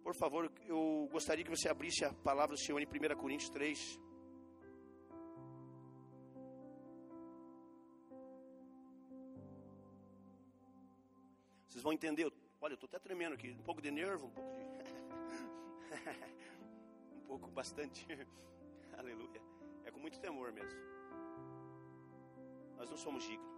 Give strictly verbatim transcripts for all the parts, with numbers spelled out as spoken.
Por favor, eu gostaria que você abrisse a palavra do Senhor em primeira Coríntios três. Vocês vão entender. Olha, eu estou até tremendo aqui. Um pouco de nervo, um pouco de... um pouco, bastante. Aleluia. É com muito temor mesmo. Nós não somos dignos.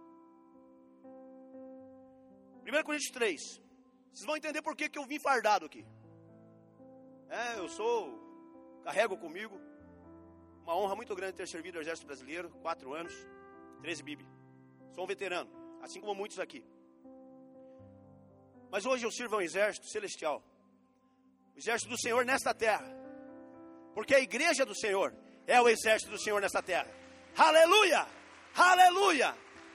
primeira Coríntios três. Vocês vão entender por que, que eu vim fardado aqui. É, eu sou, carrego comigo uma honra muito grande ter servido ao Exército Brasileiro, quatro anos, treze B I B. Sou um veterano, assim como muitos aqui. Mas hoje eu sirvo ao Exército Celestial, o Exército do Senhor nesta terra, porque a igreja do Senhor é o Exército do Senhor nesta terra. Aleluia! Aleluia!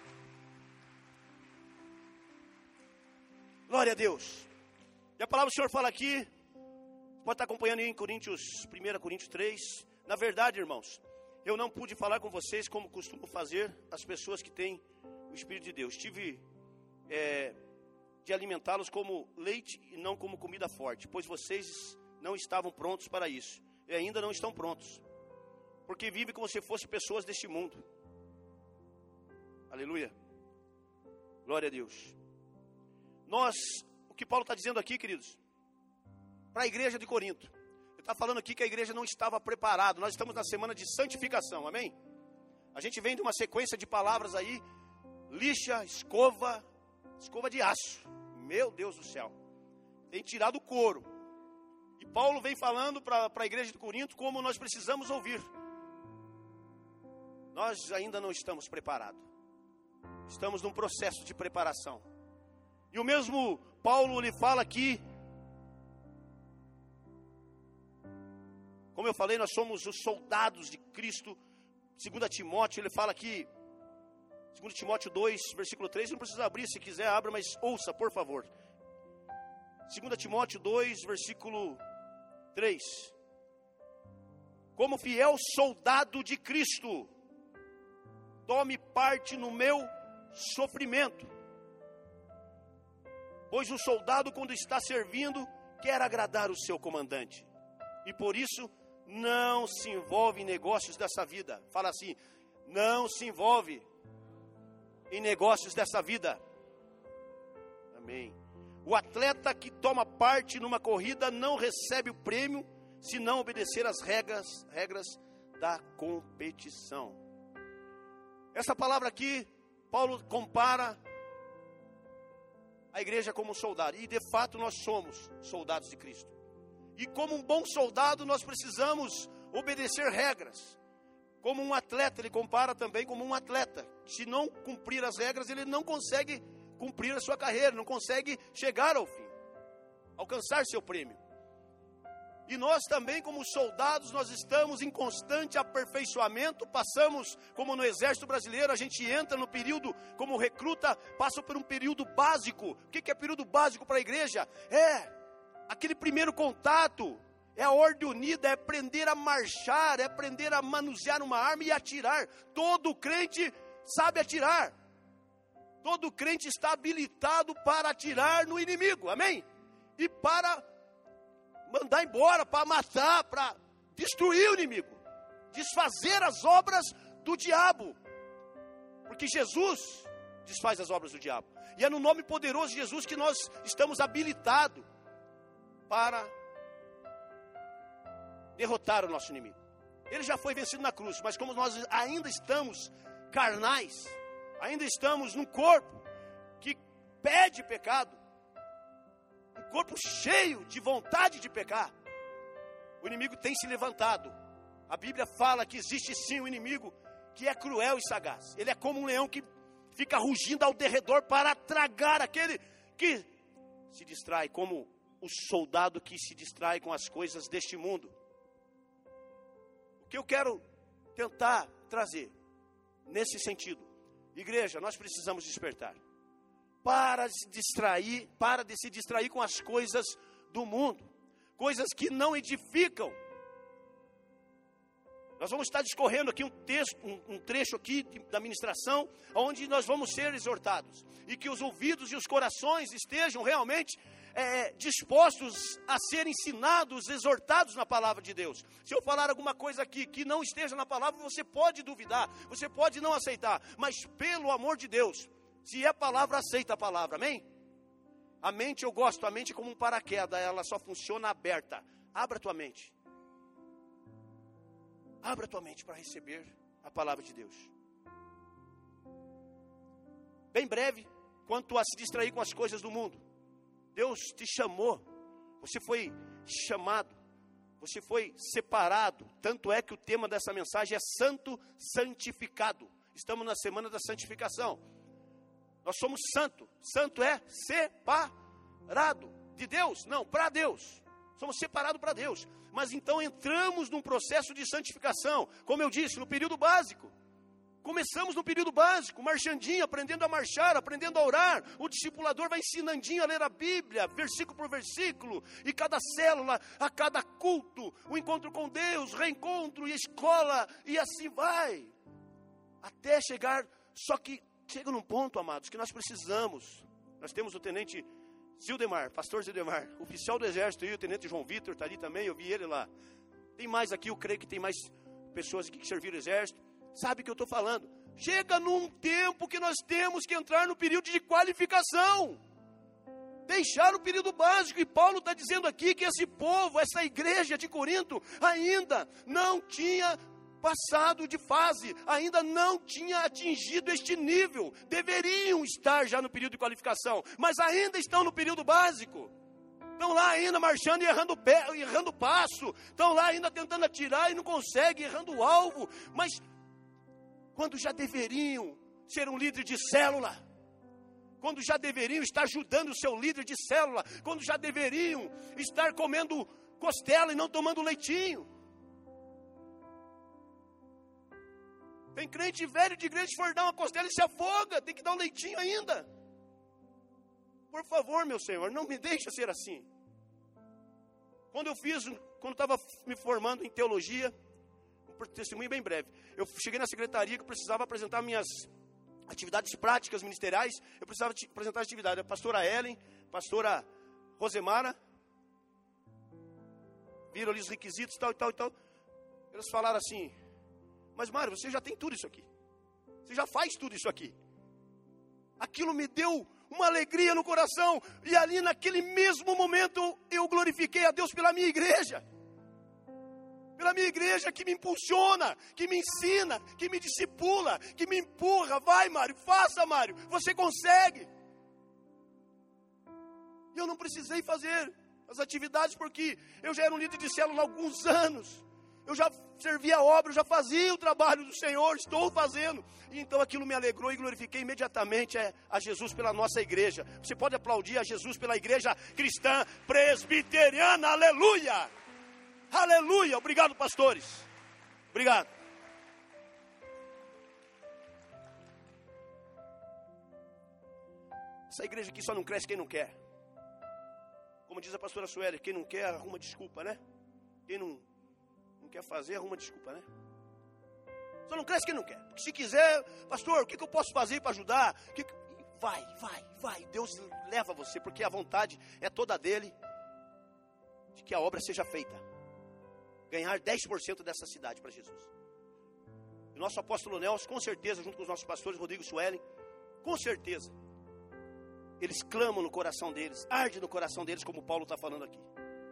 Glória a Deus. E a palavra do Senhor fala aqui, pode estar acompanhando aí em Coríntios, primeira Coríntios três. Na verdade, irmãos, eu não pude falar com vocês como costumo fazer as pessoas que têm o Espírito de Deus. Tive é, de alimentá-los como leite e não como comida forte, pois vocês não estavam prontos para isso. E ainda não estão prontos, porque vivem como se fossem pessoas deste mundo. Aleluia. Glória a Deus. Nós, o que Paulo está dizendo aqui, queridos, para a igreja de Corinto, ele está falando aqui que a igreja não estava preparada. Nós estamos na semana de santificação, amém? A gente vem de uma sequência de palavras aí, lixa, escova, escova de aço, meu Deus do céu, tem tirado o couro. E Paulo vem falando para a igreja de Corinto como nós precisamos ouvir. Nós ainda não estamos preparados, estamos num processo de preparação. E o mesmo Paulo lhe fala aqui, como eu falei, nós somos os soldados de Cristo. Segundo Timóteo, ele fala aqui, segundo Timóteo dois, versículo três, não precisa abrir, se quiser abra, mas ouça, por favor. Segundo Timóteo dois, versículo três. Como fiel soldado de Cristo, tome parte no meu sofrimento. Pois o soldado, quando está servindo, quer agradar o seu comandante. E por isso, não se envolve em negócios dessa vida. Fala assim, não se envolve em negócios dessa vida. Amém. O atleta que toma parte numa corrida não recebe o prêmio se não obedecer às regras, regras da competição. Essa palavra aqui, Paulo compara a igreja como um soldado. E de fato nós somos soldados de Cristo. E como um bom soldado nós precisamos obedecer regras. Como um atleta, ele compara também como um atleta. Se não cumprir as regras, ele não consegue cumprir a sua carreira, não consegue chegar ao fim, alcançar seu prêmio. E nós também, como soldados, nós estamos em constante aperfeiçoamento. Passamos, como no Exército Brasileiro, a gente entra no período, como recruta, passa por um período básico. O que é período básico para a igreja? É aquele primeiro contato, é a ordem unida, é aprender a marchar, é aprender a manusear uma arma e atirar. Todo crente sabe atirar. Todo crente está habilitado para atirar no inimigo, amém? E para mandar embora, para matar, para destruir o inimigo, desfazer as obras do diabo, porque Jesus desfaz as obras do diabo, e é no nome poderoso de Jesus que nós estamos habilitados para derrotar o nosso inimigo. Ele já foi vencido na cruz, mas como nós ainda estamos carnais, ainda estamos num corpo que pede pecado, um corpo cheio de vontade de pecar, o inimigo tem se levantado. A Bíblia fala que existe sim um inimigo que é cruel e sagaz. Ele é como um leão que fica rugindo ao derredor para tragar aquele que se distrai, como o soldado que se distrai com as coisas deste mundo. O que eu quero tentar trazer nesse sentido, igreja, nós precisamos despertar. Para se distrair, para de se distrair com as coisas do mundo, coisas que não edificam. Nós vamos estar discorrendo aqui um texto, um, um trecho aqui da ministração, onde nós vamos ser exortados, e que os ouvidos e os corações estejam realmente é, dispostos a ser ensinados, exortados na palavra de Deus. Se eu falar alguma coisa aqui que não esteja na palavra, você pode duvidar, você pode não aceitar, mas pelo amor de Deus, se é palavra, aceita a palavra, amém? A mente eu gosto, a mente é como um paraquedas, ela só funciona aberta. Abra a tua mente. Abra a tua mente para receber a palavra de Deus. Bem breve, quanto a se distrair com as coisas do mundo. Deus te chamou, você foi chamado, você foi separado. Tanto é que o tema dessa mensagem é santo santificado. Estamos na semana da santificação. Nós somos santo. Santo é separado de Deus. Não, para Deus. Somos separados para Deus. Mas então entramos num processo de santificação. Como eu disse, no período básico. Começamos no período básico, marchandinho, aprendendo a marchar, aprendendo a orar. O discipulador vai ensinandinho a ler a Bíblia, versículo por versículo. E cada célula, a cada culto, o encontro com Deus, reencontro e escola. E assim vai. Até chegar, só que chega num ponto, amados, que nós precisamos. Nós temos o tenente Zildemar, pastor Zildemar, oficial do exército, e o tenente João Vitor está ali também, eu vi ele lá. Tem mais aqui, eu creio que tem mais pessoas aqui que serviram o exército. Sabe o que eu estou falando? Chega num tempo que nós temos que entrar no período de qualificação. Deixar o período básico. E Paulo está dizendo aqui que esse povo, essa igreja de Corinto, ainda não tinha passado de fase, ainda não tinha atingido este nível. Deveriam estar já no período de qualificação, mas ainda estão no período básico. Estão lá ainda marchando e errando, pé, errando passo. Estão lá ainda tentando atirar e não conseguem, errando o alvo. Mas quando já deveriam ser um líder de célula, quando já deveriam estar ajudando o seu líder de célula, quando já deveriam estar comendo costela e não tomando leitinho. Tem crente velho de igreja que for dar uma costela e se afoga, tem que dar um leitinho ainda. Por favor, meu Senhor, não me deixe ser assim. Quando eu fiz, quando estava me formando em teologia, um testemunho bem breve, eu cheguei na secretaria que eu precisava apresentar minhas atividades práticas ministeriais, eu precisava apresentar as atividades. A pastora Ellen, pastora Rosemara, viram ali os requisitos, tal e tal e tal. Eles falaram assim: mas Mário, você já tem tudo isso aqui. Você já faz tudo isso aqui. Aquilo me deu uma alegria no coração. E ali naquele mesmo momento eu glorifiquei a Deus pela minha igreja. Pela minha igreja que me impulsiona, que me ensina, que me discipula, que me empurra. Vai, Mário, faça, Mário, você consegue. E eu não precisei fazer as atividades porque eu já era um líder de célula há alguns anos. Eu já servia a obra, eu já fazia o trabalho do Senhor, estou fazendo. E então aquilo me alegrou e glorifiquei imediatamente a Jesus pela nossa igreja. Você pode aplaudir a Jesus pela igreja cristã presbiteriana, aleluia! Aleluia! Obrigado, pastores. Obrigado. Essa igreja aqui só não cresce quem não quer. Como diz a pastora Sueli, quem não quer arruma desculpa, né? Quem não... não quer fazer, arruma desculpa, né? Só não cresce quem não quer. Porque se quiser, pastor, o que, que eu posso fazer para ajudar? Que que... Vai, vai, vai. Deus leva você, porque a vontade é toda dele de que a obra seja feita. Ganhar dez por cento dessa cidade para Jesus. O nosso apóstolo Nelson, com certeza, junto com os nossos pastores, Rodrigo e Suelen, com certeza, eles clamam no coração deles, arde no coração deles, como Paulo está falando aqui.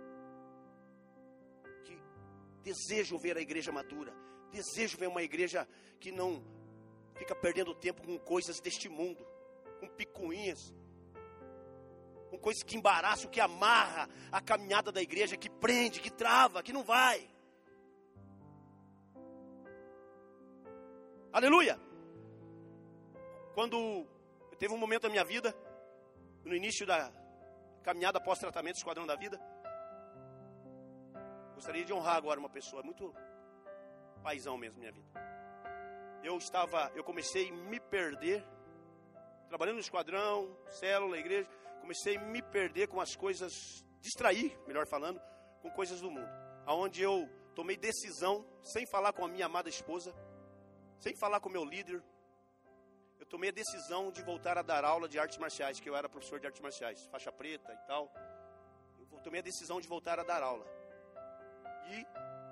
Desejo ver a igreja madura. Desejo ver uma igreja que não fica perdendo tempo com coisas deste mundo, com picuinhas, com coisas que embaraçam, que amarra a caminhada da igreja, que prende, que trava, que não vai. Aleluia! Quando teve um momento da minha vida, no início da caminhada pós-tratamento do Esquadrão da Vida, gostaria de honrar agora uma pessoa muito paizão mesmo, minha vida. Eu estava, eu comecei a me perder, trabalhando no esquadrão, célula, igreja, comecei a me perder com as coisas, distrair, melhor falando, com coisas do mundo. Aonde eu tomei decisão, sem falar com a minha amada esposa, sem falar com o meu líder, tomei a decisão de voltar a dar aula de artes marciais, que eu era professor de artes marciais, faixa preta e tal. eu tomei a decisão de voltar a dar aula. E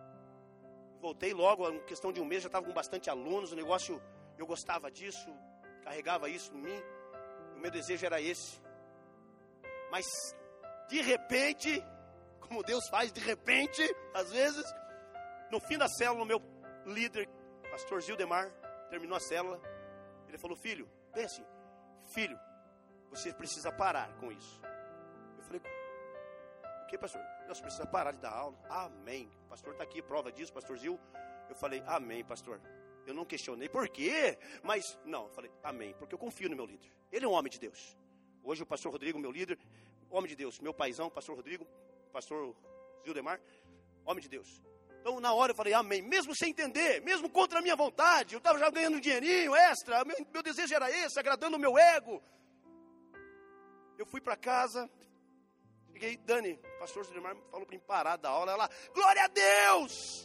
voltei logo, em questão de um mês, já estava com bastante alunos, o negócio, eu gostava disso, carregava isso em mim, o meu desejo era esse. Mas, de repente, como Deus faz, de repente, às vezes, no fim da célula, o meu líder, pastor Zildemar, terminou a célula, ele falou, filho, bem assim, filho, você precisa parar com isso. Eu falei, o que, pastor? Você precisa parar de dar aula. Amém. O pastor está aqui, prova disso, pastor Zil. Eu falei, amém, pastor. Eu não questionei por quê, mas não, eu falei, amém, porque eu confio no meu líder. Ele é um homem de Deus. Hoje o pastor Rodrigo, meu líder, homem de Deus. Meu paizão, pastor Rodrigo, pastor Zildemar, homem de Deus. Então, na hora eu falei, amém, mesmo sem entender, mesmo contra a minha vontade, eu estava já ganhando um dinheirinho extra, meu, meu desejo era esse, agradando o meu ego. Eu fui para casa, cheguei, Dani, o pastor Zildemar falou para mim parar da aula, ela, glória a Deus!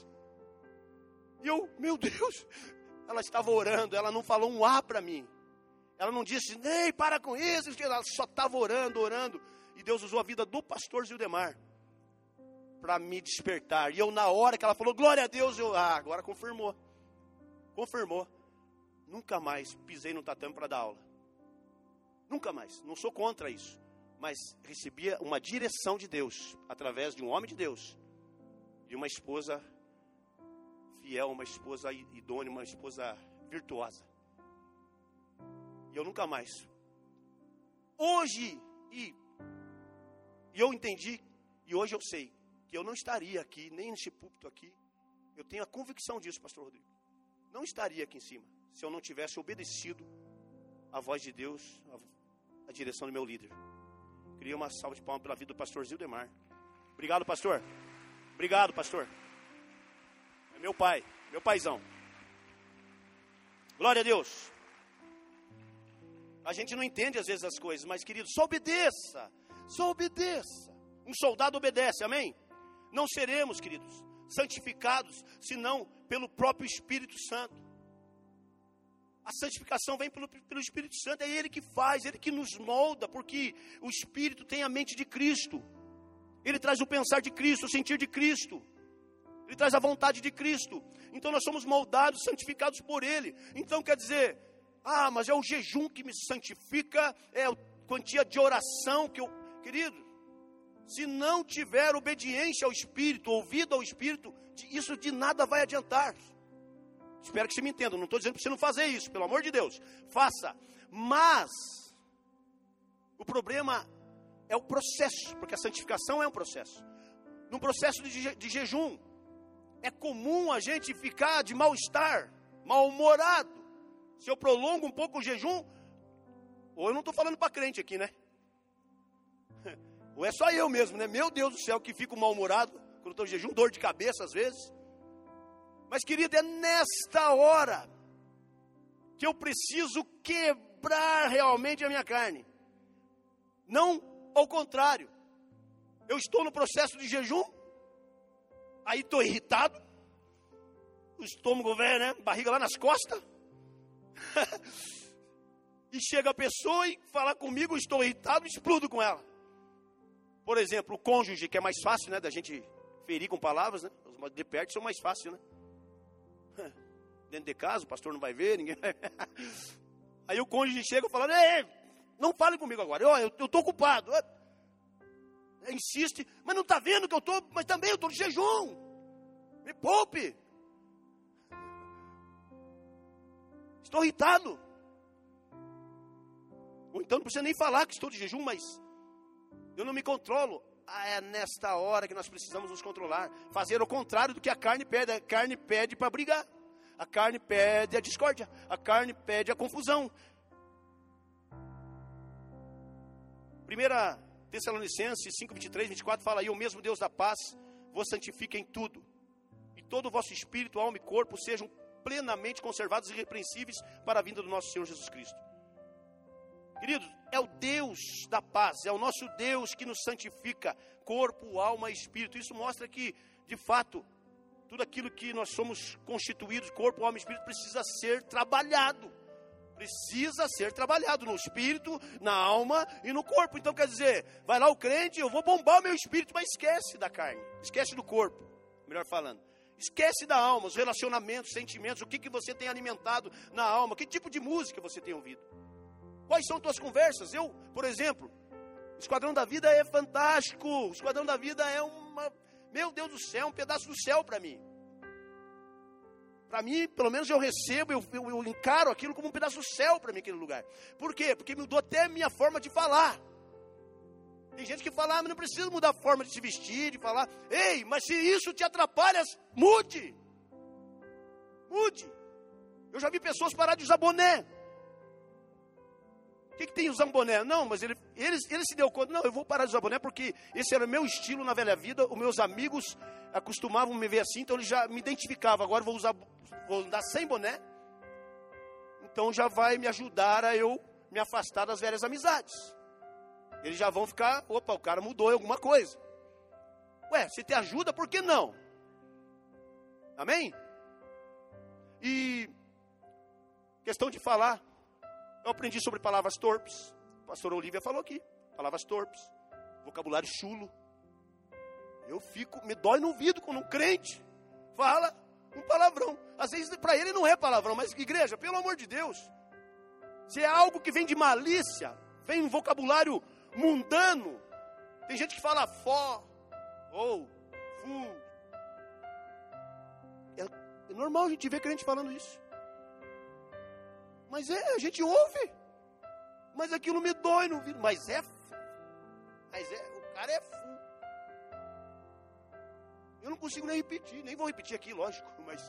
E eu, meu Deus, ela estava orando, ela não falou um A para mim. Ela não disse, ei, para com isso, ela só estava orando, orando. E Deus usou a vida do pastor Zildemar para me despertar. E eu, na hora que ela falou, glória a Deus, eu, ah, agora confirmou. Confirmou. Nunca mais pisei no tatame para dar aula. Nunca mais. Não sou contra isso. Mas recebia uma direção de Deus, através de um homem de Deus, de uma esposa fiel, uma esposa idônea, uma esposa virtuosa. E eu nunca mais. Hoje, e, e eu entendi, e hoje eu sei, que eu não estaria aqui, nem nesse púlpito aqui. Eu tenho a convicção disso, pastor Rodrigo. Não estaria aqui em cima, se eu não tivesse obedecido a voz de Deus, a, a direção do meu líder. Queria uma salva de palmas pela vida do pastor Zildemar. Obrigado, pastor. Obrigado, pastor. É meu pai, meu paizão. Glória a Deus. A gente não entende às vezes as coisas, mas querido, só obedeça. Só obedeça. Um soldado obedece, amém? Não seremos, queridos, santificados, senão pelo próprio Espírito Santo. A santificação vem pelo, pelo Espírito Santo, é Ele que faz, Ele que nos molda, porque o Espírito tem a mente de Cristo. Ele traz o pensar de Cristo, o sentir de Cristo. Ele traz a vontade de Cristo. Então nós somos moldados, santificados por Ele. Então quer dizer, ah, mas é o jejum que me santifica, é a quantia de oração que eu... Querido, se não tiver obediência ao Espírito, ouvido ao Espírito, isso de nada vai adiantar. Espero que você me entenda, não estou dizendo para você não fazer isso, pelo amor de Deus, faça. Mas, o problema é o processo, porque a santificação é um processo. No processo de, je, de jejum, é comum a gente ficar de mal-estar, mal-humorado. Se eu prolongo um pouco o jejum, ou eu não estou falando para crente aqui, né? Ou é só eu mesmo, né? Meu Deus do céu, que fico mal-humorado quando estou em jejum, dor de cabeça às vezes. Mas, querido, é nesta hora que eu preciso quebrar realmente a minha carne. Não ao contrário. Eu estou no processo de jejum, aí estou irritado, o estômago velho, né? Barriga lá nas costas. E chega a pessoa e fala comigo, estou irritado, explodo com ela. Por exemplo, o cônjuge, que é mais fácil, né, da gente ferir com palavras, né? Os de perto são mais fáceis, né? Dentro de casa, o pastor não vai ver, ninguém vai ver. Aí o cônjuge chega falando, ei, não fale comigo agora, eu estou ocupado. Eu, insiste, mas não está vendo que eu estou, mas também eu estou de jejum. Me poupe. Estou irritado. Ou então não precisa nem falar que estou de jejum, mas eu não me controlo. Ah, é nesta hora que nós precisamos nos controlar. Fazer o contrário do que a carne pede. A carne pede para brigar. A carne pede a discórdia. A carne pede a confusão. Primeira Tessalonicenses cinco, vinte e três, vinte e quatro fala aí, o mesmo Deus da paz vos santifica em tudo. E todo o vosso espírito, alma e corpo sejam plenamente conservados e irrepreensíveis para a vinda do nosso Senhor Jesus Cristo. Queridos, é o Deus da paz, é o nosso Deus que nos santifica, corpo, alma e espírito. Isso mostra que, de fato, tudo aquilo que nós somos constituídos, corpo, alma e espírito, precisa ser trabalhado. Precisa ser trabalhado no espírito, na alma e no corpo. Então quer dizer, vai lá o crente, eu vou bombar o meu espírito, mas esquece da carne, esquece do corpo, melhor falando. Esquece da alma, os relacionamentos, sentimentos, o que, que você tem alimentado na alma, que tipo de música você tem ouvido. Quais são tuas conversas? Eu, por exemplo, o Esquadrão da Vida é fantástico, o Esquadrão da Vida é uma, meu Deus do céu, um pedaço do céu para mim. Para mim, pelo menos eu recebo, eu, eu, eu encaro aquilo como um pedaço do céu para mim, aquele lugar. Por quê? Porque mudou até a minha forma de falar. Tem gente que fala, ah, mas não precisa mudar a forma de se vestir, de falar. Ei, mas se isso te atrapalha, mude. Mude. Eu já vi pessoas parar de usar boné. O que, que tem usar um boné? Não, mas ele, ele, ele se deu conta, não, eu vou parar de usar boné porque esse era o meu estilo na velha vida, os meus amigos acostumavam me ver assim, então eles já me identificavam, agora vou usar, vou andar sem boné, então já vai me ajudar a eu me afastar das velhas amizades. Eles já vão ficar, opa, o cara mudou em alguma coisa. Ué, se te ajuda, por que não? Amém? E questão de falar, eu aprendi sobre palavras torpes. A pastora Olívia falou aqui, palavras torpes, vocabulário chulo. Eu fico, me dói no ouvido quando um crente fala um palavrão. Às vezes para ele não é palavrão, mas igreja, pelo amor de Deus, se é algo que vem de malícia, vem um vocabulário mundano, tem gente que fala fó, ou, fu. É, é normal a gente ver crente falando isso. Mas é, a gente ouve. Mas aquilo me dói no ouvido. Mas é, mas é, o cara é fu. Eu não consigo nem repetir, nem vou repetir aqui, lógico, mas...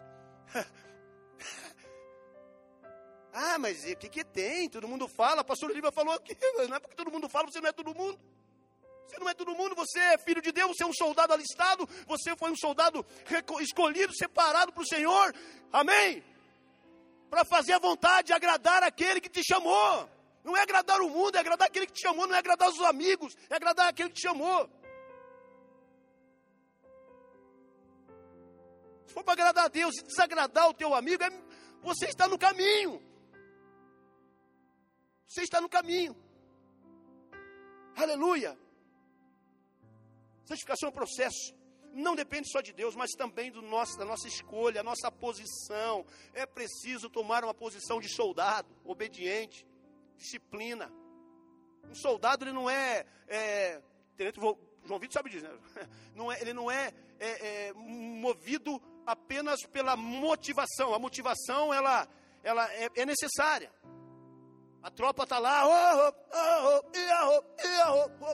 ah, mas o que que tem? Todo mundo fala, a pastora Olívia falou aqui, não é porque todo mundo fala, você não é todo mundo. Você não é todo mundo, você é filho de Deus, você é um soldado alistado, você foi um soldado escolhido, separado para o Senhor, amém? Para fazer a vontade, agradar aquele que te chamou. Não é agradar o mundo, é agradar aquele que te chamou, não é agradar os amigos, é agradar aquele que te chamou. Se for para agradar a Deus e desagradar o teu amigo, é, você está no caminho. Você está no caminho. Aleluia. Santificação é um processo. Não depende só de Deus, mas também do nosso, da nossa escolha, a nossa posição. É preciso tomar uma posição de soldado, obediente, disciplina. Um soldado, ele não é... é Tenente João Vitor sabe disso, né? Não é, ele não é, é, é movido apenas pela motivação. A motivação, ela, ela é, é necessária. A tropa está lá, oh, oh, oh,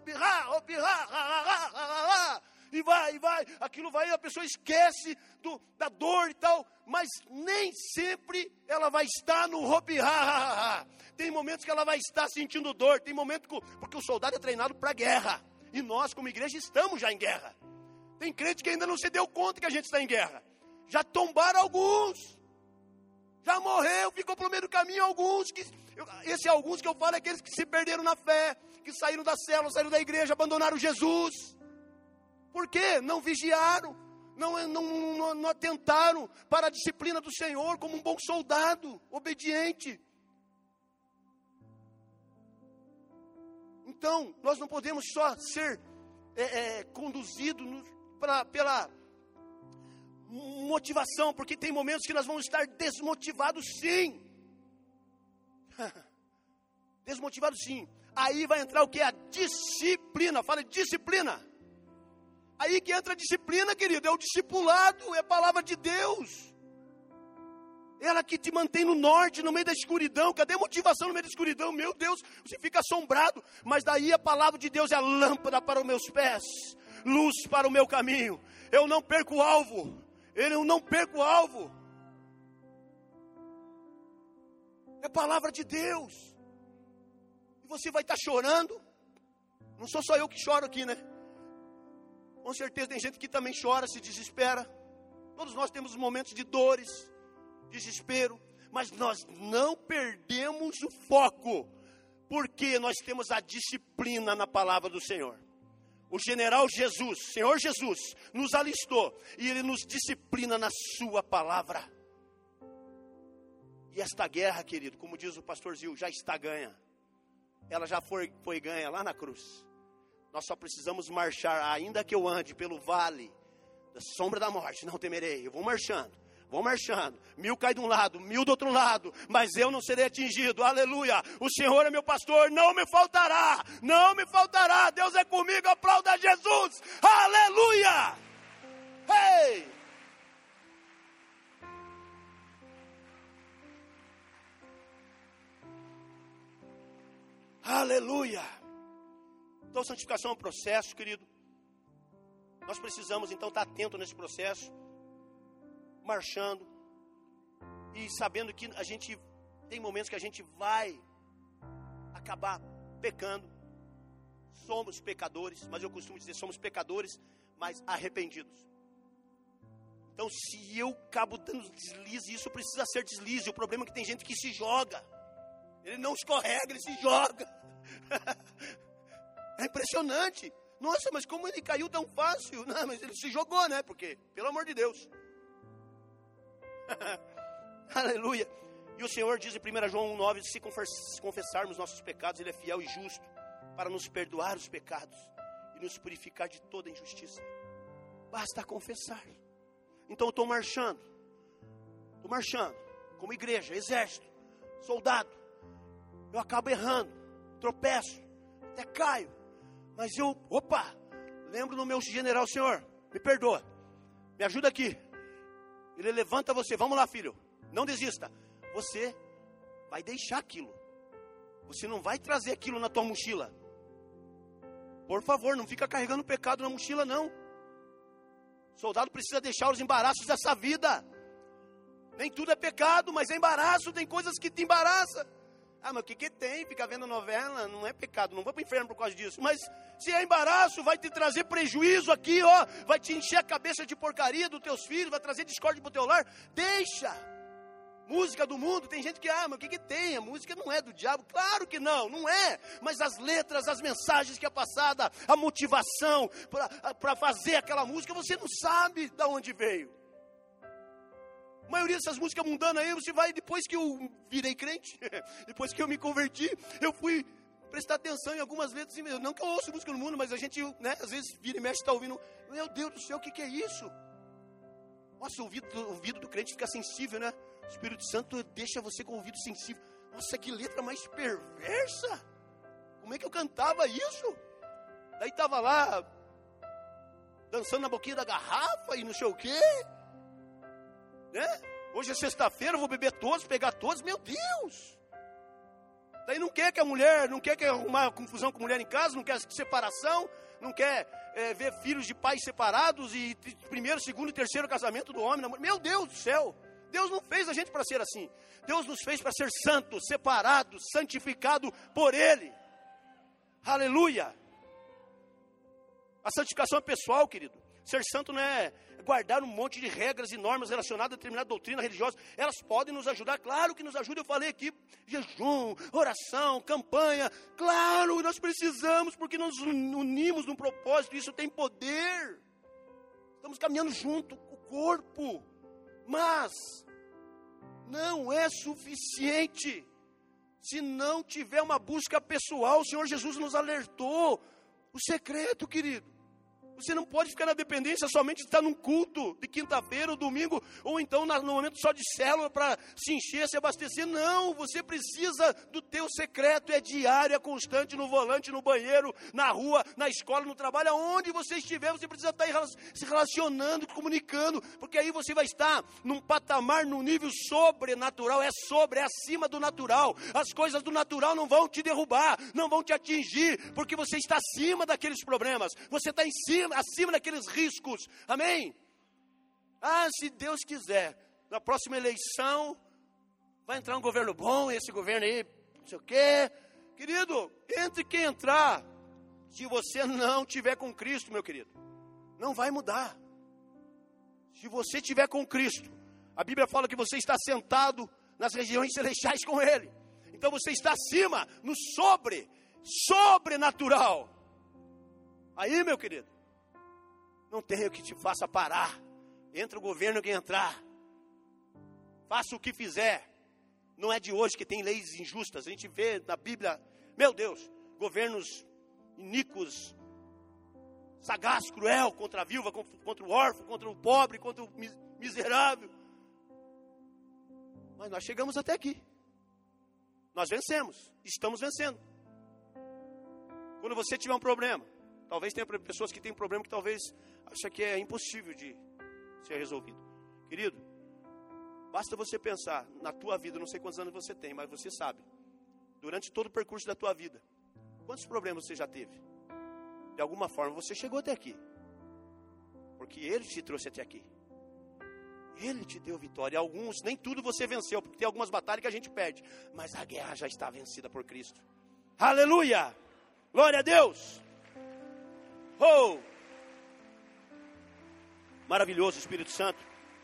e vai, e vai, aquilo vai, a pessoa esquece do, da dor e tal, mas nem sempre ela vai estar no hopi, ha, ha, ha. Tem momentos que ela vai estar sentindo dor, tem momentos que, porque o soldado é treinado para guerra, e nós como igreja estamos já em guerra. Tem crente que ainda não se deu conta que a gente está em guerra, já tombaram alguns, já morreu, ficou pelo meio do caminho alguns, que, esse alguns que eu falo é aqueles que se perderam na fé, que saíram da célula, saíram da igreja, abandonaram Jesus. Por quê? Não vigiaram, não, não, não, não atentaram para a disciplina do Senhor como um bom soldado, obediente. Então, nós não podemos só ser é, é, conduzidos pra, pela motivação, porque tem momentos que nós vamos estar desmotivados sim. Desmotivados sim. Aí vai entrar o que? A disciplina. Fala disciplina. Aí que entra a disciplina, querido, é o discipulado, é a palavra de Deus. Ela que te mantém no norte, no meio da escuridão. Cadê a motivação no meio da escuridão? Meu Deus, você fica assombrado. Mas daí a palavra de Deus é a lâmpada para os meus pés, luz para o meu caminho. Eu não perco o alvo, eu não perco o alvo. É a palavra de Deus. E você vai estar chorando. Não sou só eu que choro aqui, né? Com certeza tem gente que também chora, se desespera. Todos nós temos momentos de dores, desespero. Mas nós não perdemos o foco, porque nós temos a disciplina na palavra do Senhor. O general Jesus, Senhor Jesus, nos alistou. E Ele nos disciplina na sua palavra. E esta guerra, querido, como diz o pastor Zil, já está ganha. Ela já foi, foi ganha lá na cruz. Nós só precisamos marchar, ainda que eu ande pelo vale da sombra da morte, não temerei. Eu vou marchando, vou marchando. Mil cai de um lado, mil do outro lado, mas eu não serei atingido. Aleluia. O Senhor é meu pastor, não me faltará. Não me faltará. Deus é comigo, aplauda Jesus. Aleluia. Ei! Aleluia. Então, santificação é um processo, querido. Nós precisamos, então, estar atento nesse processo, marchando, e sabendo que a gente, tem momentos que a gente vai acabar pecando. Somos pecadores, mas eu costumo dizer, somos pecadores, mas arrependidos. Então, se eu acabo dando deslize, isso precisa ser deslize. O problema é que tem gente que se joga. Ele não escorrega, ele se joga. É impressionante. Nossa, mas como ele caiu tão fácil? Não, mas ele se jogou, né? Porque, pelo amor de Deus. Aleluia. E o Senhor diz em primeiro João um nove, se confessarmos nossos pecados, Ele é fiel e justo para nos perdoar os pecados e nos purificar de toda injustiça. Basta confessar. Então eu estou marchando. Estou marchando. Como igreja, exército, soldado. Eu acabo errando, tropeço, até caio. Mas eu, opa, lembro do meu general, Senhor, me perdoa, me ajuda aqui. Ele levanta você, vamos lá, filho, não desista. Você vai deixar aquilo. Você não vai trazer aquilo na tua mochila. Por favor, não fica carregando pecado na mochila, não. O soldado precisa deixar os embaraços dessa vida. Nem tudo é pecado, mas é embaraço, tem coisas que te embaraçam. Ah, mas o que que tem? Ficar vendo novela não é pecado, não vou para o inferno por causa disso. Mas se é embaraço, vai te trazer prejuízo aqui, ó. Vai te encher a cabeça de porcaria dos teus filhos, vai trazer discórdia para o teu lar. Deixa. Música do mundo, tem gente que, ah, mas o que que tem? A música não é do diabo. Claro que não, não é. Mas as letras, as mensagens que é passada, a motivação para fazer aquela música, você não sabe de onde veio. A maioria dessas músicas mundanas aí, você vai, depois que eu virei crente, depois que eu me converti, eu fui prestar atenção em algumas letras, não que eu ouço música no mundo, mas a gente, né, às vezes vira e mexe, está ouvindo, meu Deus do céu, o que que é isso? Nossa, o ouvido, o ouvido do crente fica sensível, né? O Espírito Santo deixa você com o ouvido sensível. Nossa, que letra mais perversa! Como é que eu cantava isso? Daí estava lá, dançando na boquinha da garrafa e não sei o quê. Né? Hoje é sexta-feira, eu vou beber todos, pegar todos, meu Deus! Daí não quer que a mulher, não quer que arrumar confusão com a mulher em casa, não quer separação, não quer é, ver filhos de pais separados e primeiro, segundo e terceiro casamento do homem. Meu Deus do céu! Deus não fez a gente para ser assim. Deus nos fez para ser santos, separados, santificados por Ele. Aleluia! A santificação é pessoal, querido. Ser santo não é guardar um monte de regras e normas relacionadas a determinada doutrina religiosa. Elas podem nos ajudar, claro que nos ajudam. Eu falei aqui, jejum, oração, campanha. Claro, nós precisamos, porque nós unimos num propósito. Isso tem poder. Estamos caminhando junto com o corpo. Mas não é suficiente se não tiver uma busca pessoal. O Senhor Jesus nos alertou. O secreto, querido. Você não pode ficar na dependência somente de estar num culto de quinta-feira ou domingo, ou então no momento só de célula para se encher, se abastecer. Não, você precisa do teu secreto, é diário, é constante, no volante, no banheiro, na rua, na escola, no trabalho, aonde você estiver, você precisa estar se relacionando, comunicando, porque aí você vai estar num patamar, num nível sobrenatural, é sobre, é acima do natural. As coisas do natural não vão te derrubar, não vão te atingir, porque você está acima daqueles problemas, você está em cima, acima daqueles riscos, amém? Ah, se Deus quiser, na próxima eleição, vai entrar um governo bom, esse governo aí, não sei o quê, querido, entre quem entrar, se você não tiver com Cristo, meu querido, não vai mudar. Se você tiver com Cristo, a Bíblia fala que você está sentado nas regiões celestiais com Ele, então você está acima, no sobre, sobrenatural. Aí, meu querido, não tem o que te faça parar. Entra o governo que entrar. Faça o que fizer. Não é de hoje que tem leis injustas. A gente vê na Bíblia, meu Deus, governos iníquos, sagaz, cruel, contra a viúva, contra o órfão, contra o pobre, contra o miserável. Mas nós chegamos até aqui. Nós vencemos, estamos vencendo. Quando você tiver um problema, talvez tenha pessoas que têm um problema que talvez acham que é impossível de ser resolvido. Querido, basta você pensar na tua vida, não sei quantos anos você tem, mas você sabe, durante todo o percurso da tua vida, quantos problemas você já teve? De alguma forma você chegou até aqui, porque Ele te trouxe até aqui. Ele te deu vitória. Alguns, nem tudo você venceu, porque tem algumas batalhas que a gente perde, mas a guerra já está vencida por Cristo. Aleluia! Glória a Deus! Oh! Maravilhoso Espírito Santo.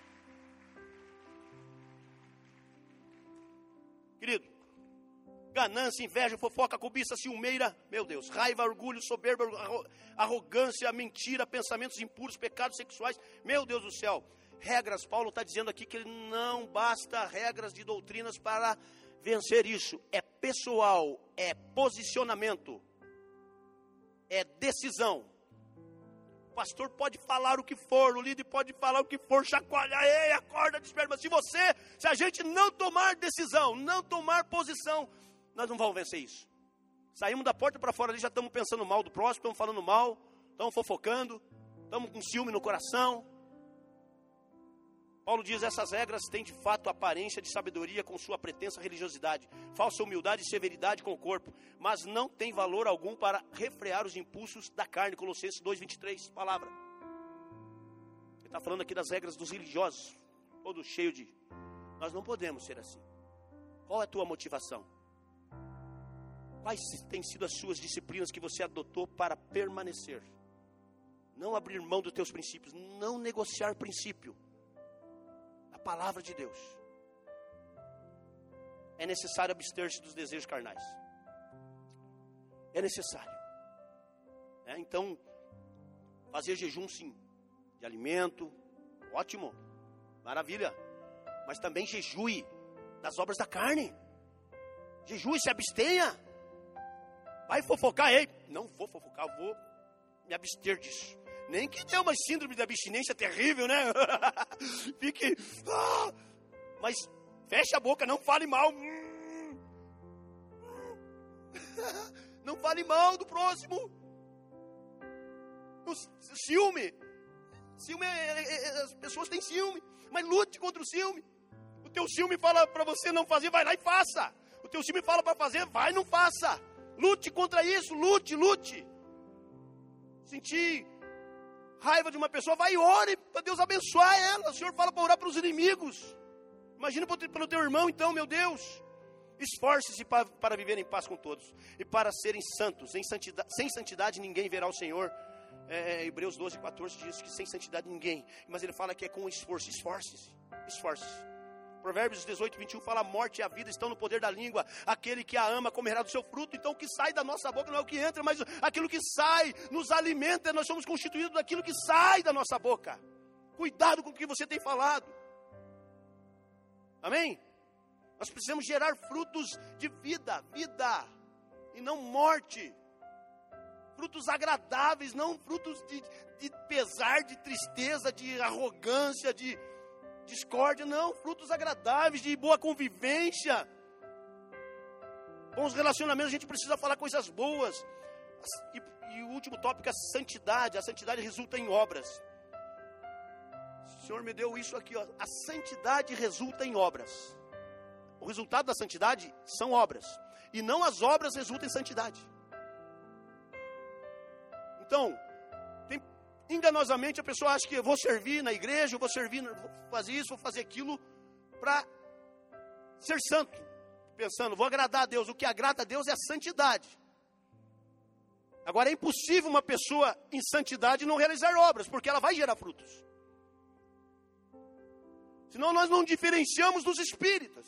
Querido, ganância, inveja, fofoca, cobiça, ciumeira, meu Deus, raiva, orgulho, soberba, arrogância, mentira, pensamentos impuros, pecados sexuais, meu Deus do céu. Regras, Paulo está dizendo aqui que não basta regras de doutrinas para vencer isso. É pessoal, é posicionamento, é decisão. O pastor pode falar o que for, o líder pode falar o que for, chacoalhar, ei, acorda, desperta. Mas se você, se a gente não tomar decisão, não tomar posição, nós não vamos vencer isso. Saímos da porta para fora ali, já estamos pensando mal do próximo, estamos falando mal, estamos fofocando, estamos com ciúme no coração. Paulo diz, essas regras têm de fato aparência de sabedoria com sua pretensa religiosidade, falsa humildade e severidade com o corpo, mas não tem valor algum para refrear os impulsos da carne. Colossenses dois, vinte e três, palavra. Ele está falando aqui das regras dos religiosos, todo cheio de... Nós não podemos ser assim. Qual é a tua motivação? Quais têm sido as suas disciplinas que você adotou para permanecer? Não abrir mão dos teus princípios, não negociar princípio. Palavra de Deus. É necessário abster-se dos desejos carnais. É necessário. É, então, fazer jejum sim, de alimento, ótimo, maravilha. Mas também jejue das obras da carne. Jejue, se abstenha. Vai fofocar, ei, não vou fofocar, vou me abster disso. Nem que dê uma síndrome de abstinência terrível, né? Fique... Ah, mas feche a boca, não fale mal. Não fale mal do próximo. O ciúme. Ciúme é, é, as pessoas têm ciúme. Mas lute contra o ciúme. O teu ciúme fala para você não fazer, vai lá e faça. O teu ciúme fala para fazer, vai e não faça. Lute contra isso, lute, lute. Sentir raiva de uma pessoa, vai e ore para Deus abençoar ela. O Senhor fala para orar para os inimigos. Imagina pelo teu irmão então, meu Deus. Esforce-se para, para viver em paz com todos e para serem santos. Em santidade, sem santidade ninguém verá o Senhor. É, Hebreus doze, quatorze diz que sem santidade ninguém. Mas ele fala que é com esforço. Esforce-se, esforce-se. Provérbios dezoito, vinte e um fala: a morte e a vida estão no poder da língua. Aquele que a ama comerá do seu fruto. Então o que sai da nossa boca não é o que entra, mas aquilo que sai nos alimenta. Nós somos constituídos daquilo que sai da nossa boca. Cuidado com o que você tem falado. Amém? Nós precisamos gerar frutos de vida, vida, e não morte. Frutos agradáveis, não frutos de, de pesar, de tristeza, de arrogância, de discórdia, não. Frutos agradáveis, de boa convivência. Bons relacionamentos, a gente precisa falar coisas boas. E, e o último tópico é a santidade. A santidade resulta em obras. O Senhor me deu isso aqui, ó. A santidade resulta em obras. O resultado da santidade são obras. E não as obras resultam em santidade. Então, tem, enganosamente a pessoa acha que eu vou servir na igreja, eu vou servir, vou fazer isso, vou fazer aquilo para ser santo. Pensando, vou agradar a Deus. O que agrada a Deus é a santidade. Agora é impossível uma pessoa em santidade não realizar obras, porque ela vai gerar frutos. Senão nós não diferenciamos dos espíritas.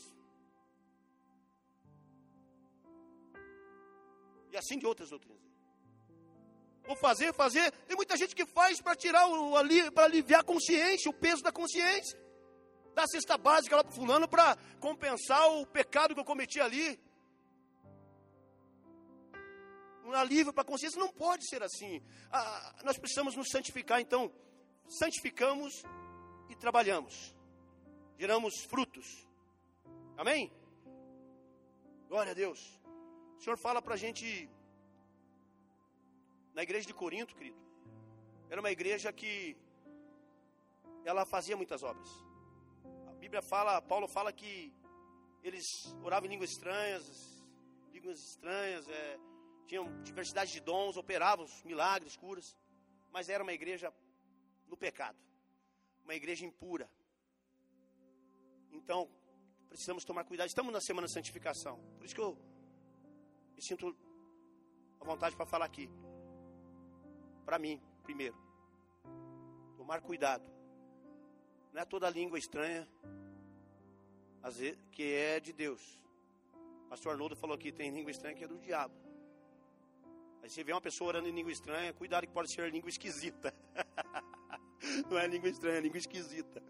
E assim de outras doutrinas. Vou fazer, fazer. Tem muita gente que faz para tirar o ali, para aliviar a consciência, o peso da consciência. Dá a cesta básica lá para fulano para compensar o pecado que eu cometi ali. Um alívio para a consciência. Não pode ser assim. Ah, nós precisamos nos santificar. Então, santificamos e trabalhamos. Geramos frutos. Amém? Glória a Deus. O Senhor fala para a gente, na igreja de Corinto, querido, era uma igreja que ela fazia muitas obras. A Bíblia fala, Paulo fala que eles oravam em línguas estranhas, línguas estranhas, é, tinham diversidade de dons, operavam milagres, curas, mas era uma igreja no pecado, uma igreja impura. Então, precisamos tomar cuidado. Estamos na semana de santificação, por isso que eu me sinto à vontade para falar aqui. Para mim, primeiro, tomar cuidado. Não é toda língua estranha às vezes, que é de Deus. O pastor Arnoldo falou aqui, tem língua estranha que é do diabo. Aí você vê uma pessoa orando em língua estranha, cuidado que pode ser língua esquisita. Não é língua estranha, é língua esquisita.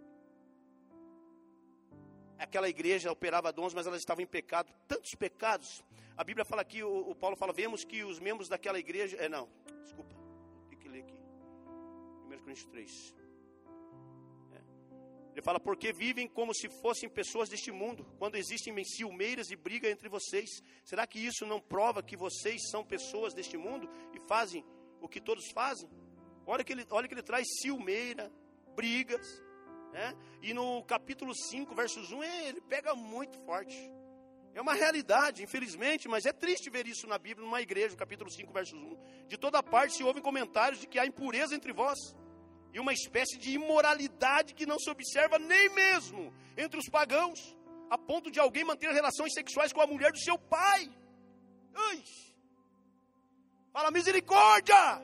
Aquela igreja operava dons, mas elas estavam em pecado, tantos pecados. A Bíblia fala aqui, o, o Paulo fala, vemos que os membros daquela igreja, é não, desculpa, tem que ler aqui, primeiro Coríntios três. É. Ele fala, porque vivem como se fossem pessoas deste mundo, quando existem ciumeiras e briga entre vocês. Será que isso não prova que vocês são pessoas deste mundo e fazem o que todos fazem? Olha que ele, olha que ele traz ciumeira, brigas. É? E no capítulo cinco, versos um, ele pega muito forte. É uma realidade, infelizmente, mas é triste ver isso na Bíblia, numa igreja, capítulo cinco, versos um. De toda parte se ouvem comentários de que há impureza entre vós, e uma espécie de imoralidade que não se observa nem mesmo entre os pagãos, a ponto de alguém manter relações sexuais com a mulher do seu pai. Ai. Fala misericórdia!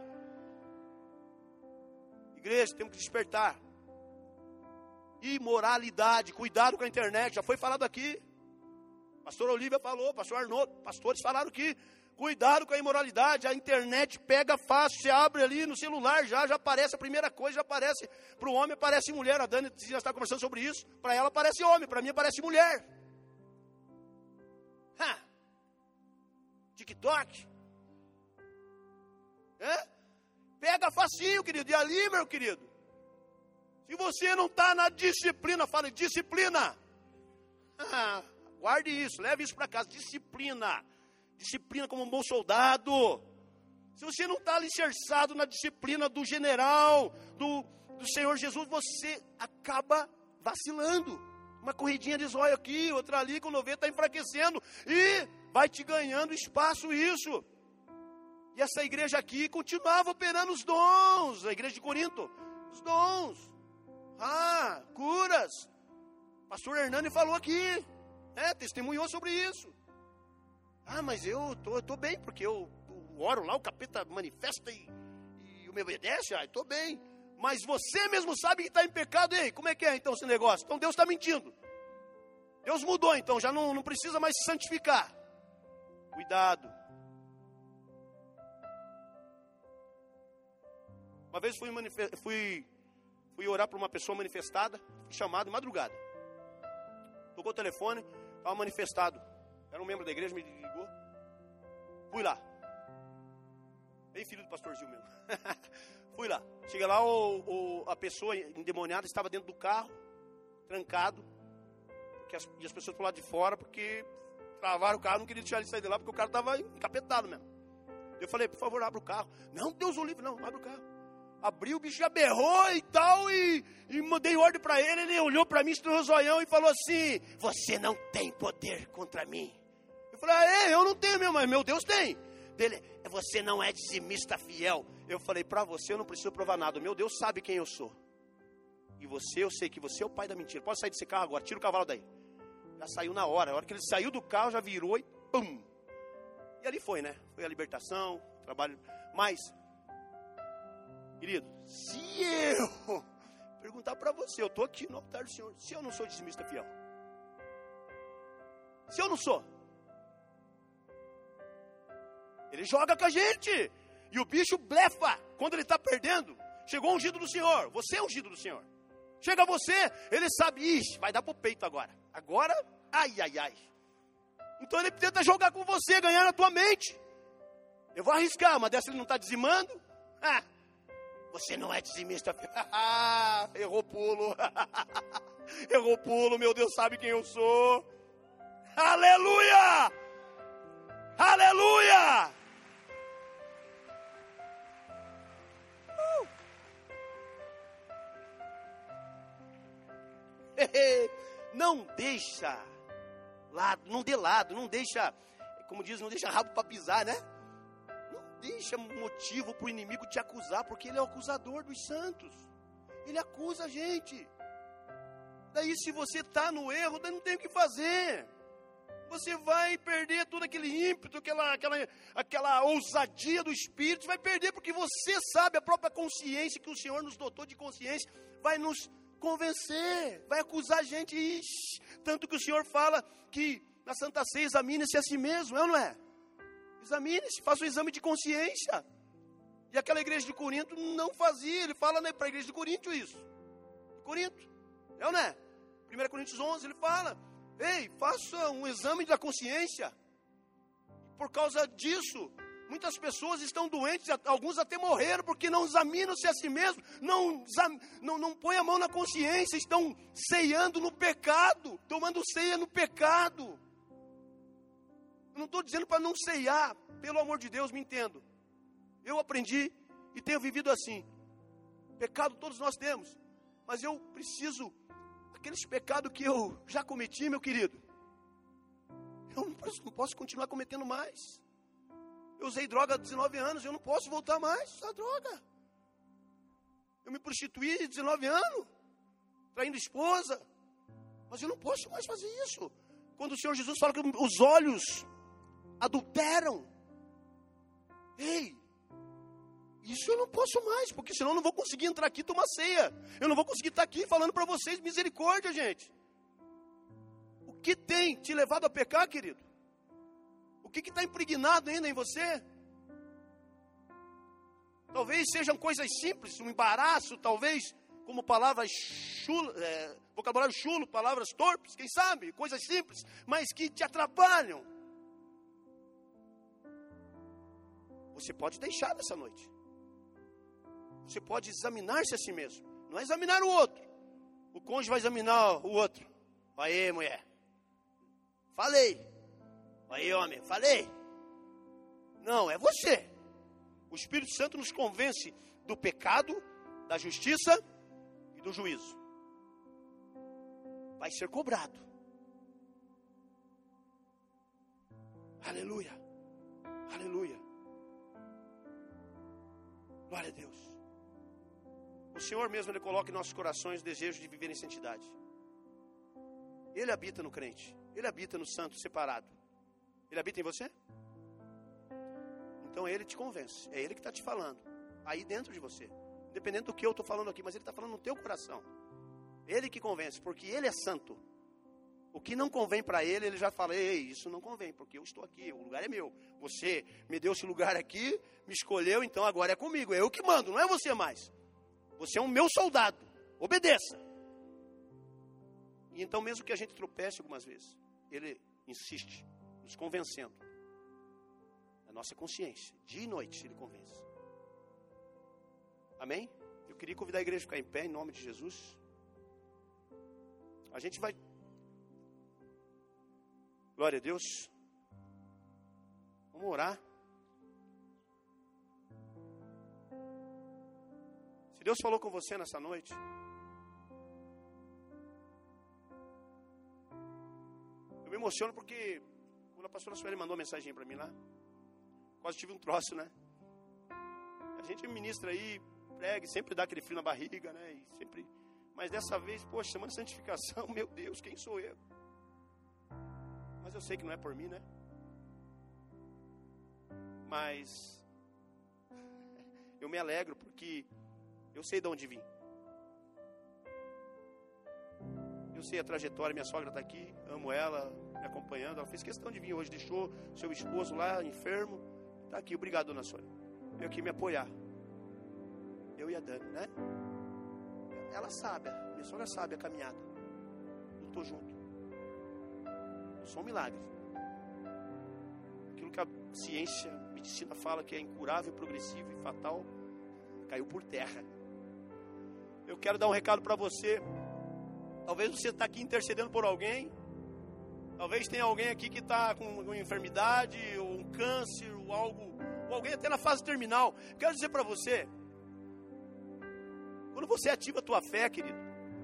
Igreja, temos que despertar. Imoralidade, cuidado com a internet, já foi falado aqui. Pastor Olívia falou, pastor Arnoldo, pastores falaram aqui. Cuidado com a imoralidade, a internet pega fácil, você abre ali no celular, já, já aparece a primeira coisa, já aparece, para o homem aparece mulher, a Dani já está conversando sobre isso, para ela aparece homem, para mim aparece mulher. Ha. TikTok. É? Pega facinho, querido, e ali, meu querido. Se você não está na disciplina, fala disciplina. Ah, guarde isso, leve isso para casa, disciplina. Disciplina como um bom soldado. Se você não está alicerçado na disciplina do general, do, do Senhor Jesus, você acaba vacilando. Uma corridinha de zóio aqui, outra ali, quando vê está enfraquecendo. E vai te ganhando espaço isso. E essa igreja aqui continuava operando os dons. A igreja de Corinto, os dons. Ah, curas. Pastor Hernani falou aqui, é, testemunhou sobre isso. Ah, mas eu tô, eu tô bem, porque eu, eu oro lá, o capeta manifesta e, e me obedece, ah, eu tô bem. Mas você mesmo sabe que está em pecado, ei, como é que é então esse negócio? Então Deus está mentindo. Deus mudou, então já não, não precisa mais se santificar. Cuidado. Uma vez fui, manifest... fui Fui orar para uma pessoa manifestada, fui chamado de madrugada. Tocou o telefone, estava manifestado. Era um membro da igreja, me ligou. Fui lá. Bem filho do pastor Gil mesmo. Fui lá. Cheguei lá, o, o, a pessoa endemoniada estava dentro do carro, trancado. Porque as, e as pessoas por lá de fora, porque travaram o carro, não queria deixar ele sair de lá, porque o cara estava encapetado mesmo. Eu falei, por favor, abre o carro. Não, Deus o livre, não, abre o carro. Abriu, o bicho já berrou e tal, e, e mandei ordem para ele, ele olhou para mim, estourou o zoião e falou assim, você não tem poder contra mim. Eu falei, ah, é, eu não tenho mesmo, mas meu Deus tem. Dele, você não é dizimista fiel. Eu falei, para você eu não preciso provar nada, meu Deus sabe quem eu sou. E você, eu sei que você é o pai da mentira. Pode sair desse carro agora, tira o cavalo daí. Já saiu na hora, a hora que ele saiu do carro, já virou e pum. E ali foi, né, foi a libertação, trabalho, mas... Querido, se eu perguntar para você, eu estou aqui no altar do Senhor, se eu não sou dizimista fiel, se eu não sou, ele joga com a gente, e o bicho blefa, quando ele está perdendo, chegou o ungido do Senhor, você é ungido do Senhor, Chega você, ele sabe, ixi, vai dar pro peito agora. Agora, ai, ai, ai. Então ele tenta jogar com você, ganhar na tua mente. Eu vou arriscar, mas dessa ele não está dizimando. Ah, você não é dizimista. Ah, errou pulo. Errou pulo, meu Deus sabe quem eu sou. Aleluia! Aleluia! Uh. Não deixa lado, não dê lado, não deixa, como diz, não deixa rabo para pisar, né? Não deixa motivo para o inimigo te acusar, porque ele é o acusador dos santos. Ele acusa a gente. Daí se você está no erro, daí não tem o que fazer. Você vai perder todo aquele ímpeto, aquela, aquela, aquela ousadia do Espírito, vai perder porque você sabe, a própria consciência que o Senhor nos dotou de consciência, vai nos convencer, vai acusar a gente. Ixi, tanto que o Senhor fala que na Santa Ceia examine-se a si mesmo, é ou não é? Examine-se, faça um exame de consciência. E aquela igreja de Corinto não fazia, ele fala, né, para a igreja de Corinto isso. Corinto, é ou não é? primeira Coríntios onze, ele fala, ei, faça um exame da consciência. Por causa disso, muitas pessoas estão doentes, alguns até morreram, porque não examinam-se a si mesmos, não, não, não põem a mão na consciência, estão ceando no pecado, tomando ceia no pecado. Eu não estou dizendo para não ceiar, pelo amor de Deus, me entendo. Eu aprendi e tenho vivido assim. Pecado todos nós temos, mas eu preciso, aqueles pecados que eu já cometi, meu querido, eu não posso, não posso continuar cometendo mais. Eu usei droga há dezenove anos, eu não posso voltar mais a usar droga. Eu me prostituí há dezenove anos, traindo esposa, mas eu não posso mais fazer isso. Quando o Senhor Jesus fala que os olhos adulteram, ei, isso eu não posso mais, porque senão eu não vou conseguir entrar aqui e tomar ceia. Eu não vou conseguir estar aqui falando para vocês, misericórdia, gente. O que tem te levado a pecar, querido? O que está impregnado ainda em você? Talvez sejam coisas simples, um embaraço, talvez, como palavras chulo, é, vocabulário chulo, palavras torpes, quem sabe, coisas simples, mas que te atrapalham. Você pode deixar nessa noite. Você pode examinar-se a si mesmo. Não é examinar o outro. O cônjuge vai examinar o outro. Aí, mulher. Falei. Aí, homem. Falei. Não, é você. O Espírito Santo nos convence do pecado, da justiça e do juízo. Vai ser cobrado. Aleluia. Aleluia. Glória a Deus. O Senhor mesmo, Ele coloca em nossos corações o desejo de viver em santidade. Ele habita no crente. Ele habita no santo separado. Ele habita em você? Então Ele te convence. É Ele que está te falando. Aí dentro de você. Independente do que eu estou falando aqui, mas Ele está falando no teu coração. Ele que convence, porque Ele é santo. O que não convém para Ele, Ele já fala, ei, isso não convém, porque eu estou aqui, o lugar é meu. Você me deu esse lugar aqui, me escolheu, então agora é comigo. É eu que mando, não é você mais. Você é um meu soldado. Obedeça. E então, mesmo que a gente tropece algumas vezes, Ele insiste, nos convencendo. A nossa consciência, dia e noite, Ele convence. Amém? Eu queria convidar a igreja a ficar em pé, em nome de Jesus. A gente vai... Glória a Deus. Vamos orar. Se Deus falou com você nessa noite, eu me emociono porque quando a pastora Sueli mandou uma mensagem para mim lá, quase tive um troço, né? A gente ministra aí, prega, sempre dá aquele frio na barriga, né? E sempre... Mas dessa vez, poxa, semana de santificação, meu Deus, quem sou eu? Mas eu sei que não é por mim, né? Mas eu me alegro porque eu sei de onde vim. Eu sei a trajetória, minha sogra está aqui, amo ela, me acompanhando. Ela fez questão de vir hoje, deixou seu esposo lá, enfermo. Está aqui, obrigado, dona Sônia. Veio aqui me apoiar. Eu e a Dani, né? ela sabe, minha sogra sabe a caminhada. Eu estou junto. Eu sou um milagre. Aquilo que a ciência, a medicina fala que é incurável, progressivo e fatal, caiu por terra. Eu quero dar um recado para você. Talvez você está aqui intercedendo por alguém. Talvez tenha alguém aqui que está com uma enfermidade, ou um câncer, ou algo, ou alguém até na fase terminal. Quero dizer para você, quando você ativa a tua fé, querido,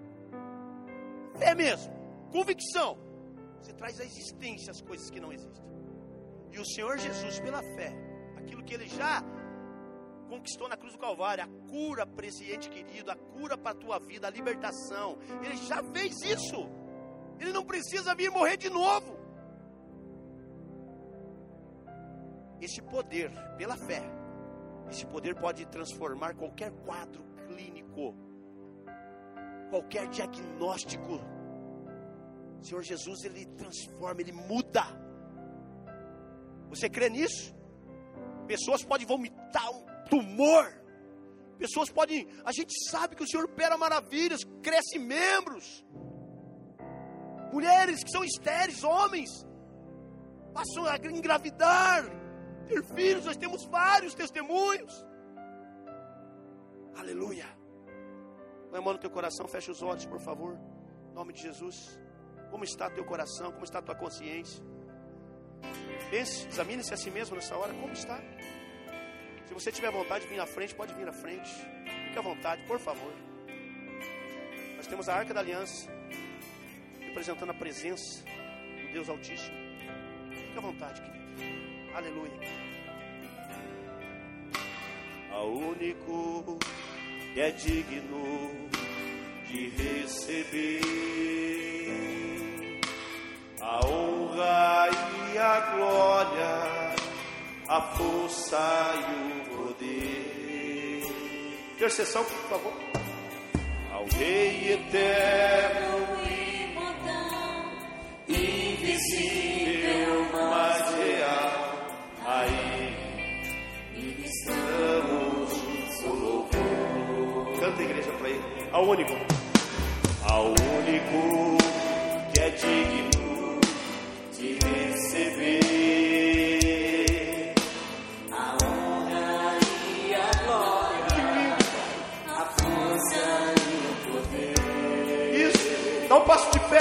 fé mesmo, convicção, você traz à existência as coisas que não existem. E o Senhor Jesus, pela fé, aquilo que Ele já conquistou na cruz do Calvário, a cura para esse ente querido, a cura para a tua vida, a libertação, Ele já fez isso. Ele não precisa vir morrer de novo. Esse poder, pela fé, esse poder pode transformar qualquer quadro clínico, qualquer diagnóstico. O Senhor Jesus, Ele transforma, Ele muda. Você crê nisso? Pessoas podem vomitar um tumor. Pessoas podem... A gente sabe que o Senhor opera maravilhas, cresce membros. Mulheres que são estéreis, homens, passam a engravidar, ter filhos. Nós temos vários testemunhos. Aleluia. Põe a mão no teu coração, fecha os olhos, por favor. Em nome de Jesus. Como está teu coração? Como está tua consciência? Pense, examine-se a si mesmo nessa hora. Como está? Se você tiver vontade de vir à frente, pode vir à frente. Fique à vontade, por favor. Nós temos a Arca da Aliança, representando a presença do Deus Altíssimo. Fique à vontade, querido. Aleluia. Ao único que é digno de receber a honra e a glória, a força e o poder. Intercessão, por favor. Ao Rei eterno, invisível, mas real, a Ele ministramos o louvor. Canta a igreja para Ele. Ao único, ao único que é digno de receber a honra e a glória, a força e o poder. Isso, dá um passo de pé.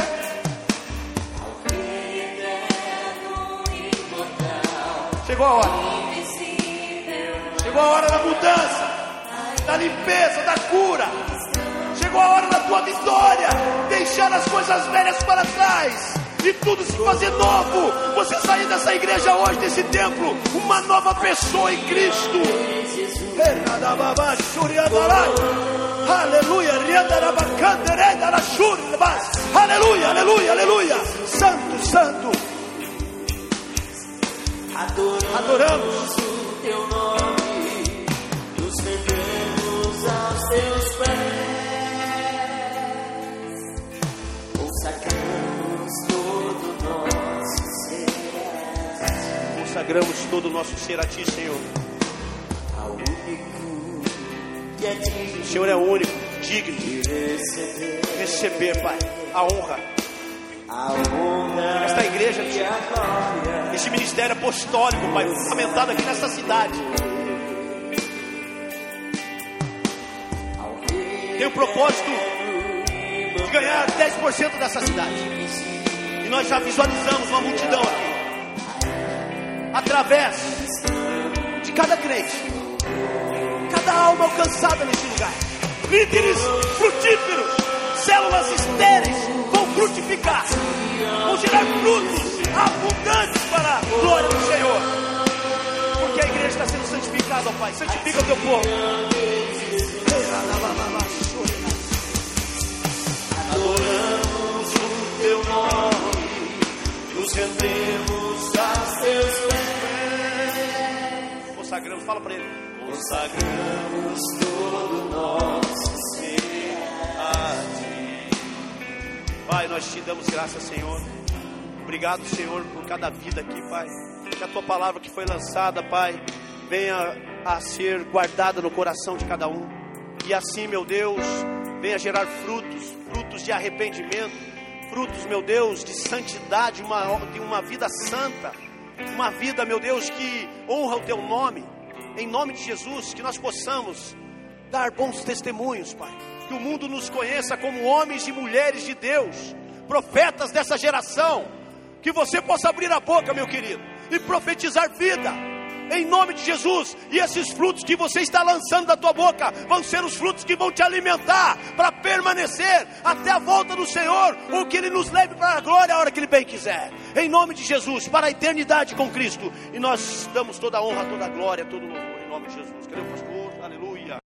Chegou a hora. Chegou a hora da mudança, da limpeza, da cura. Chegou a hora da tua vitória. Deixar as coisas velhas para trás e tudo se fazer novo. Você sair dessa igreja hoje, desse templo, uma nova pessoa em Cristo. Aleluia. Aleluia, aleluia, aleluia. Santo, santo. Adoramos, Adoramos o teu nome, nos rendemos aos teus pés, consagramos todo o nosso ser, consagramos todo o nosso ser a Ti, Senhor. ao único que é digno. O Senhor é único, digno de receber, receber, Pai, a honra. a honra Esta igreja, e a glória, esse ministério apostólico, Pai, fundamentado aqui nesta cidade, tem o propósito de ganhar dez por cento dessa cidade. E nós já visualizamos uma multidão aqui, através de cada crente, cada alma alcançada nesse lugar. Líderes frutíferos, células estéreis vão frutificar, vão gerar frutos abundantes para a glória do Senhor. Porque a igreja está sendo santificada, ó Pai. Santifica o teu povo. adoramos o teu nome, nos rendemos aos teus pés, Consagramos, fala para ele. consagramos todo o nosso ser a Ti. Pai, nós te damos graças, Senhor. Obrigado, Senhor, por cada vida aqui, Pai. Que a tua palavra que foi lançada, Pai, venha a ser guardada no coração de cada um. E assim, meu Deus, venha gerar frutos, frutos de arrependimento, frutos, meu Deus, de santidade, uma, de uma vida santa, uma vida, meu Deus, que honra o Teu nome. Em nome de Jesus, que nós possamos dar bons testemunhos, Pai. Que o mundo nos conheça como homens e mulheres de Deus, profetas dessa geração. Que você possa abrir a boca, meu querido, e profetizar vida, em nome de Jesus. E esses frutos que você está lançando da tua boca vão ser os frutos que vão te alimentar para permanecer até a volta do Senhor, ou que Ele nos leve para a glória a hora que Ele bem quiser. Em nome de Jesus, para a eternidade com Cristo. E nós damos toda a honra, toda a glória, todo o louvor, em nome de Jesus. Querido pastor, aleluia.